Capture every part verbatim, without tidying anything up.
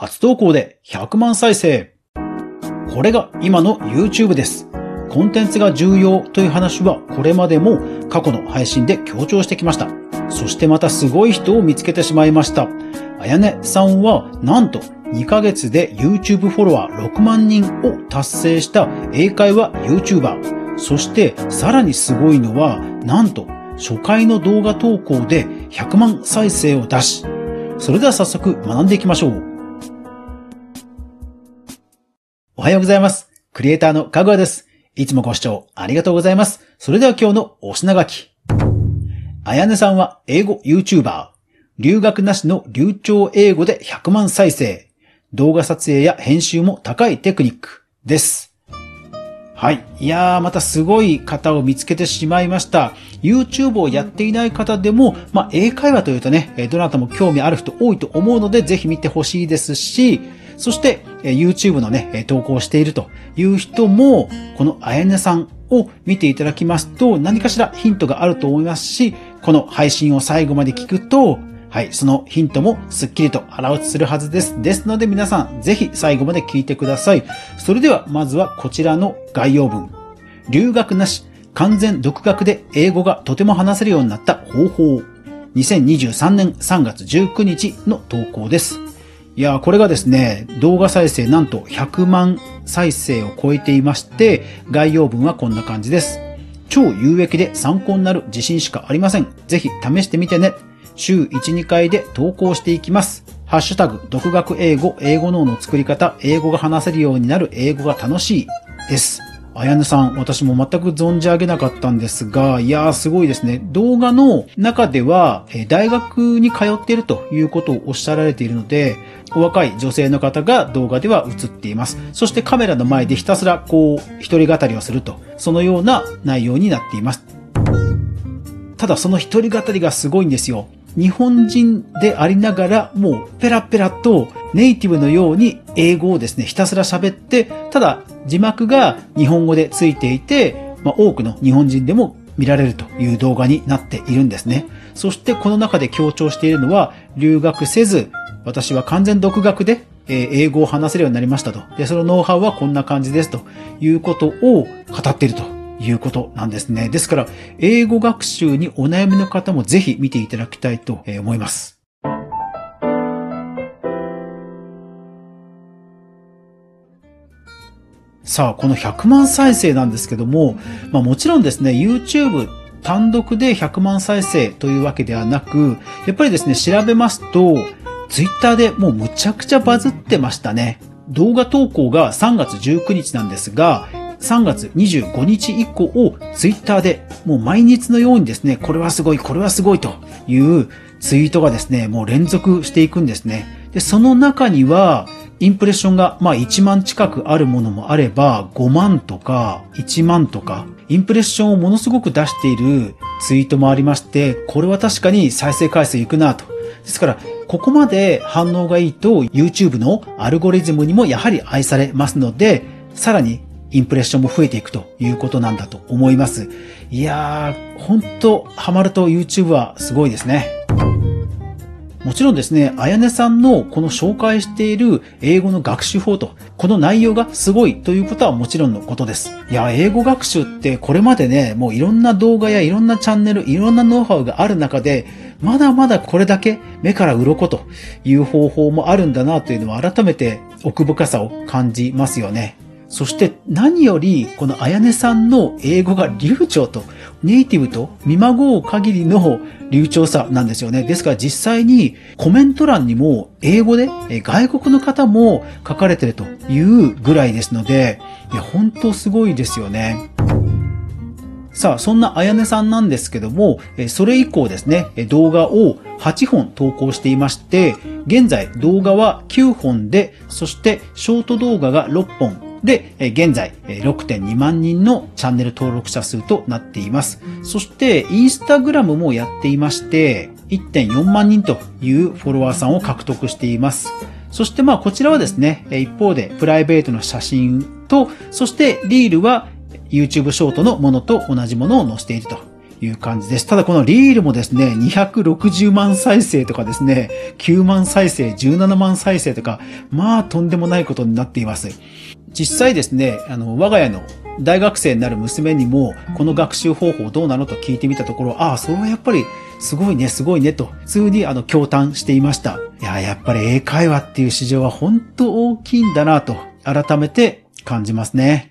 初投稿でひゃくまん再生。これが今の YouTube です。コンテンツが重要という話はこれまでも過去の配信で強調してきました。そしてまたすごい人を見つけてしまいました。あやねさんはなんとにかげつで YouTube フォロワーろくまんにんを達成した英会話 YouTuber。そしてさらにすごいのはなんと初回の動画投稿でひゃくまん再生を出し、それでは早速学んでいきましょう。おはようございます。クリエイターのかぐわです。いつもご視聴ありがとうございます。それでは今日のお品書き。あやねさんは英語 YouTuber。留学なしの流暢英語でひゃくまん再生。動画撮影や編集も高いテクニックです。はい。いやー、またすごい方を見つけてしまいました。YouTube をやっていない方でも、まあ、英会話というとね、どなたも興味ある人多いと思うので、ぜひ見てほしいですし、そして、YouTube のね、投稿しているという人も、このあやねさんを見ていただきますと、何かしらヒントがあると思いますし、この配信を最後まで聞くと、はい、そのヒントもスッキリと腹落ちするはずです。ですので皆さん、ぜひ最後まで聞いてください。それでは、まずはこちらの概要文。留学なし、完全独学で英語がとても話せるようになった方法。にせんにじゅうさんねんさんがつじゅうくにちの投稿です。いやー、これがですね、動画再生なんとひゃくまん再生を超えていまして、概要文はこんな感じです。超有益で参考になる自信しかありません。ぜひ試してみてね。週いち、にかいで投稿していきます。ハッシュタグ、独学英語、英語脳の作り方、英語が話せるようになる英語が楽しいです。あやねさん、私も全く存じ上げなかったんですが、いやーすごいですね。動画の中では、大学に通っているということをおっしゃられているので、お若い女性の方が動画では映っています。そしてカメラの前でひたすらこう、一人語りをすると、そのような内容になっています。ただその一人語りがすごいんですよ。日本人でありながらもうペラペラとネイティブのように英語をですねひたすら喋って、ただ字幕が日本語でついていて、まあ、多くの日本人でも見られるという動画になっているんですね。そしてこの中で強調しているのは、留学せず私は完全独学で英語を話せるようになりましたと。で、そのノウハウはこんな感じですということを語っているということなんですね。ですから、英語学習にお悩みの方もぜひ見ていただきたいと思います。さあ、このひゃくまん再生なんですけども、まあもちろんですね、YouTube 単独でひゃくまん再生というわけではなく、やっぱりですね、調べますと、Twitter でもうむちゃくちゃバズってましたね。動画投稿がさんがつじゅうくにちなんですが、さんがつにじゅうごにち以降、ツイッターでもう毎日のようにですね、これはすごい、これはすごいというツイートがですね、もう連続していくんですね。で、その中には、インプレッションがまあいちまん近くあるものもあれば、ごまんとかいちまんとか、インプレッションをものすごく出しているツイートもありまして、これは確かに再生回数いくなと。ですから、ここまで反応がいいと YouTube のアルゴリズムにもやはり愛されますので、さらにインプレッションも増えていくということなんだと思います。いやー、ほんとハマると YouTube はすごいですね。もちろんですね、あやねさんのこの紹介している英語の学習法と、この内容がすごいということはもちろんのことです。いや、英語学習ってこれまでね、もういろんな動画やいろんなチャンネル、いろんなノウハウがある中で、まだまだこれだけ目から鱗という方法もあるんだなというのは改めて奥深さを感じますよね。そして何よりこのあやねさんの英語が流暢と、ネイティブと見まごう限りの流暢さなんですよね。ですから実際にコメント欄にも英語で外国の方も書かれているというぐらいですので、いや本当すごいですよね。さあ、そんなあやねさんなんですけども、それ以降ですね、動画をはっぽん投稿していまして、現在動画はきゅうほんで、そしてショート動画がろっぽんで、現在 ろくてんにまんにんのチャンネル登録者数となっています。そしてインスタグラムもやっていまして、いってんよんまんにんというフォロワーさんを獲得しています。そしてまあこちらはですね、一方でプライベートの写真と、そしてリールはYouTube ショートのものと同じものを載せているという感じです。ただこのリールもですね、にひゃくろくじゅうまん再生とかですね、きゅうまん再生、じゅうななまん再生とか、まあとんでもないことになっています。実際ですね、あの、我が家の大学生になる娘にも、この学習方法どうなのと聞いてみたところ、ああ、それはやっぱりすごいね、すごいねと、普通にあの、驚嘆していました。いや、やっぱり英会話っていう市場は本当大きいんだなと、改めて感じますね。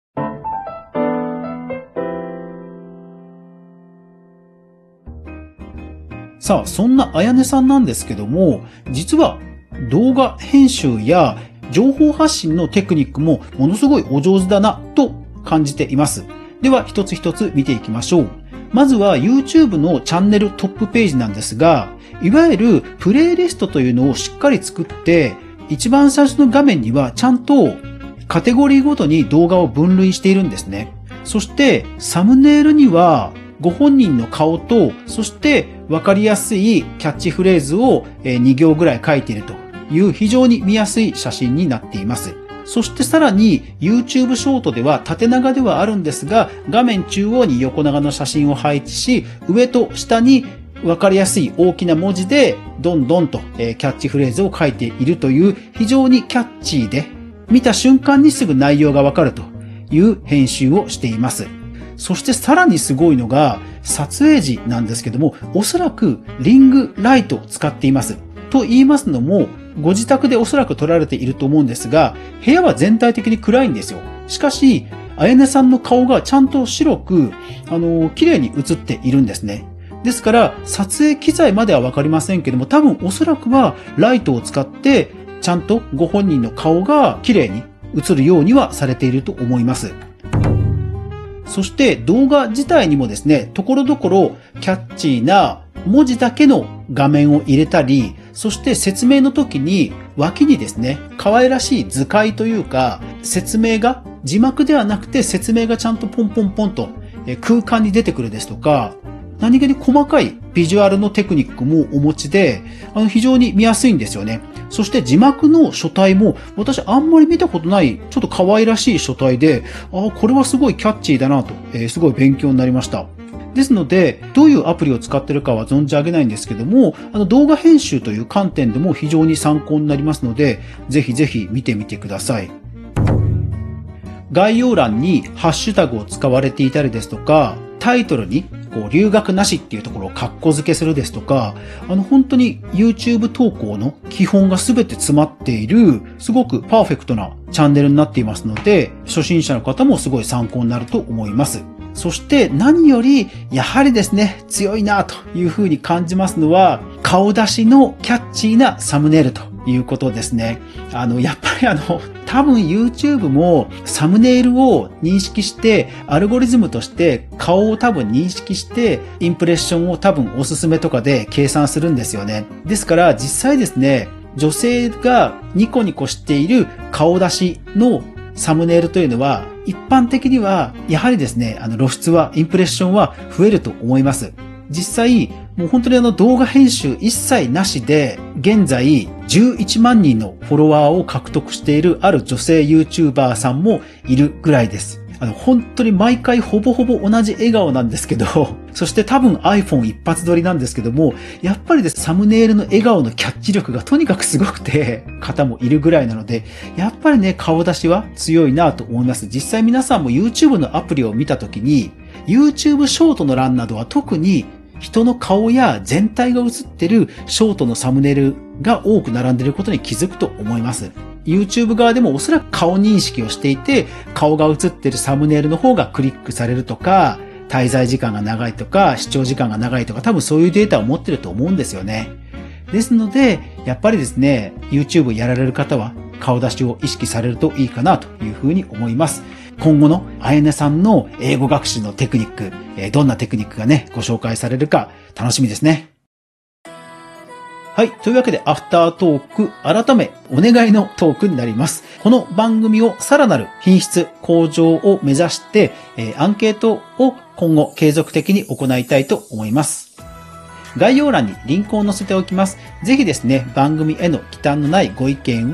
さあ、そんなあやねさんなんですけども、実は動画編集や情報発信のテクニックもものすごいお上手だなと感じています。では一つ一つ見ていきましょう。まずは YouTube のチャンネルトップページなんですが、いわゆるプレイリストというのをしっかり作って、一番最初の画面にはちゃんとカテゴリーごとに動画を分類しているんですね。そしてサムネイルにはご本人の顔と、そしてわかりやすいキャッチフレーズをに行ぐらい書いているという非常に見やすい写真になっています。そしてさらに YouTube ショートでは縦長ではあるんですが、画面中央に横長の写真を配置し、上と下にわかりやすい大きな文字でどんどんとキャッチフレーズを書いているという非常にキャッチーで、見た瞬間にすぐ内容がわかるという編集をしています。そしてさらにすごいのが撮影時なんですけども、おそらくリングライトを使っています。と言いますのも、ご自宅でおそらく撮られていると思うんですが、部屋は全体的に暗いんですよ。しかし、あやねさんの顔がちゃんと白く、あの、綺麗に映っているんですね。ですから、撮影機材まではわかりませんけども、多分おそらくはライトを使って、ちゃんとご本人の顔が綺麗に映るようにはされていると思います。そして動画自体にもですね、ところどころキャッチーな文字だけの画面を入れたり、そして説明の時に脇にですね、可愛らしい図解というか、説明が字幕ではなくて説明がちゃんとポンポンポンと空間に出てくるですとか、何気に細かいビジュアルのテクニックもお持ちで、あの非常に見やすいんですよね。そして字幕の書体も私あんまり見たことないちょっと可愛らしい書体で、ああ、これはすごいキャッチーだなと、えー、すごい勉強になりました。ですので、どういうアプリを使ってるかは存じ上げないんですけども、あの動画編集という観点でも非常に参考になりますので、ぜひぜひ見てみてください。概要欄にハッシュタグを使われていたりですとか、タイトルにこう留学なしっていうところをカッコ付けするですとか、あの本当に YouTube 投稿の基本が全て詰まっている、すごくパーフェクトなチャンネルになっていますので、初心者の方もすごい参考になると思います。そして何より、やはりですね、強いなというふうに感じますのは、顔出しのキャッチーなサムネイルということですね。あの、やっぱりあの、多分 YouTube もサムネイルを認識して、アルゴリズムとして顔を多分認識して、インプレッションを多分おすすめとかで計算するんですよね。ですから実際ですね、女性がニコニコしている顔出しのサムネイルというのは、一般的には、やはりですね、あの露出は、インプレッションは増えると思います。実際、もう本当にあの動画編集一切なしで、現在じゅういちまんにんのフォロワーを獲得しているある女性 YouTuber さんもいるぐらいです。あの本当に毎回ほぼほぼ同じ笑顔なんですけど、そして多分 iPhone 一発撮りなんですけども、やっぱりですサムネイルの笑顔のキャッチ力がとにかくすごくて、方もいるぐらいなので、やっぱりね、顔出しは強いなと思います。実際皆さんも YouTube のアプリを見たときに、YouTube ショートの欄などは特に人の顔や全体が映ってるショートのサムネイルが多く並んでいることに気づくと思います。YouTube 側でもおそらく顔認識をしていて、顔が映ってるサムネイルの方がクリックされるとか、滞在時間が長いとか、視聴時間が長いとか、多分そういうデータを持ってると思うんですよね。ですので、やっぱりですね、YouTube やられる方は顔出しを意識されるといいかなというふうに思います。今後のあやねさんの英語学習のテクニック、どんなテクニックがね、ご紹介されるか楽しみですね。はい。というわけで、アフタートーク、改め、お願いのトークになります。この番組をさらなる品質向上を目指して、えー、アンケートを今後継続的に行いたいと思います。概要欄にリンクを載せておきます。ぜひですね、番組への忌憚のないご意見を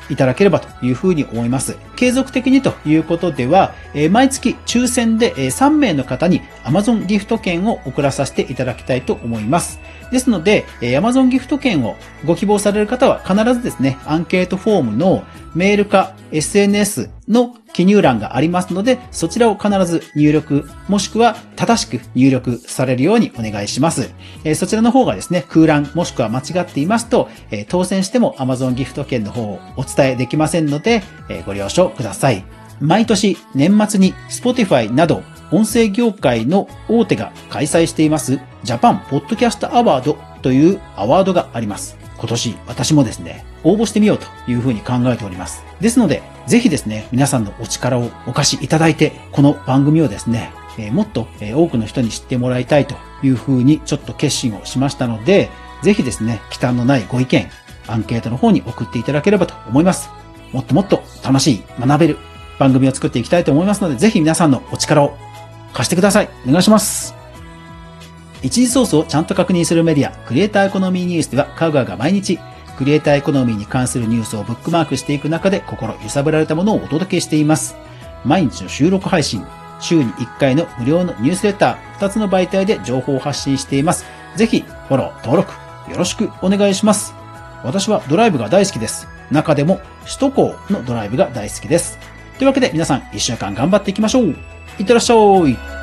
いただければというふうに思います。継続的にということでは、えー、毎月抽選で、えー、さんめいの方に Amazon ギフト券を送らさせていただきたいと思います。ですので、えー、Amazon ギフト券をご希望される方は必ずですね、アンケートフォームのメールか エスエヌエス の記入欄がありますので、そちらを必ず入力、もしくは正しく入力されるようにお願いします。えー、そちらの方がですね、空欄もしくは間違っていますと、えー、当選しても Amazon ギフト券の方をお伝えできませんので、えー、ご了承ください。毎年年末に Spotify など音声業界の大手が開催していますジャパンポッドキャストアワードというアワードがあります。今年私もですね、応募してみようというふうに考えております。ですので、ぜひですね、皆さんのお力をお貸しいただいて、この番組をですね、えー、もっと多くの人に知ってもらいたいというふうにちょっと決心をしましたので、ぜひですね、忌憚のないご意見、アンケートの方に送っていただければと思います。もっともっと楽しい、学べる番組を作っていきたいと思いますので、ぜひ皆さんのお力を貸してください。お願いします。一時ソースをちゃんと確認するメディア、クリエイターエコノミーニュースでは、かぐわが毎日、クリエイターエコノミーに関するニュースをブックマークしていく中で心揺さぶられたものをお届けしています。毎日の収録配信、週にいっかいの無料のニュースレター、ふたつの媒体で情報を発信しています。ぜひ、フォロー、登録、よろしくお願いします。私はドライブが大好きです。中でも、首都高のドライブが大好きです。というわけで皆さん、いっしゅうかん頑張っていきましょう。いってらっしゃい。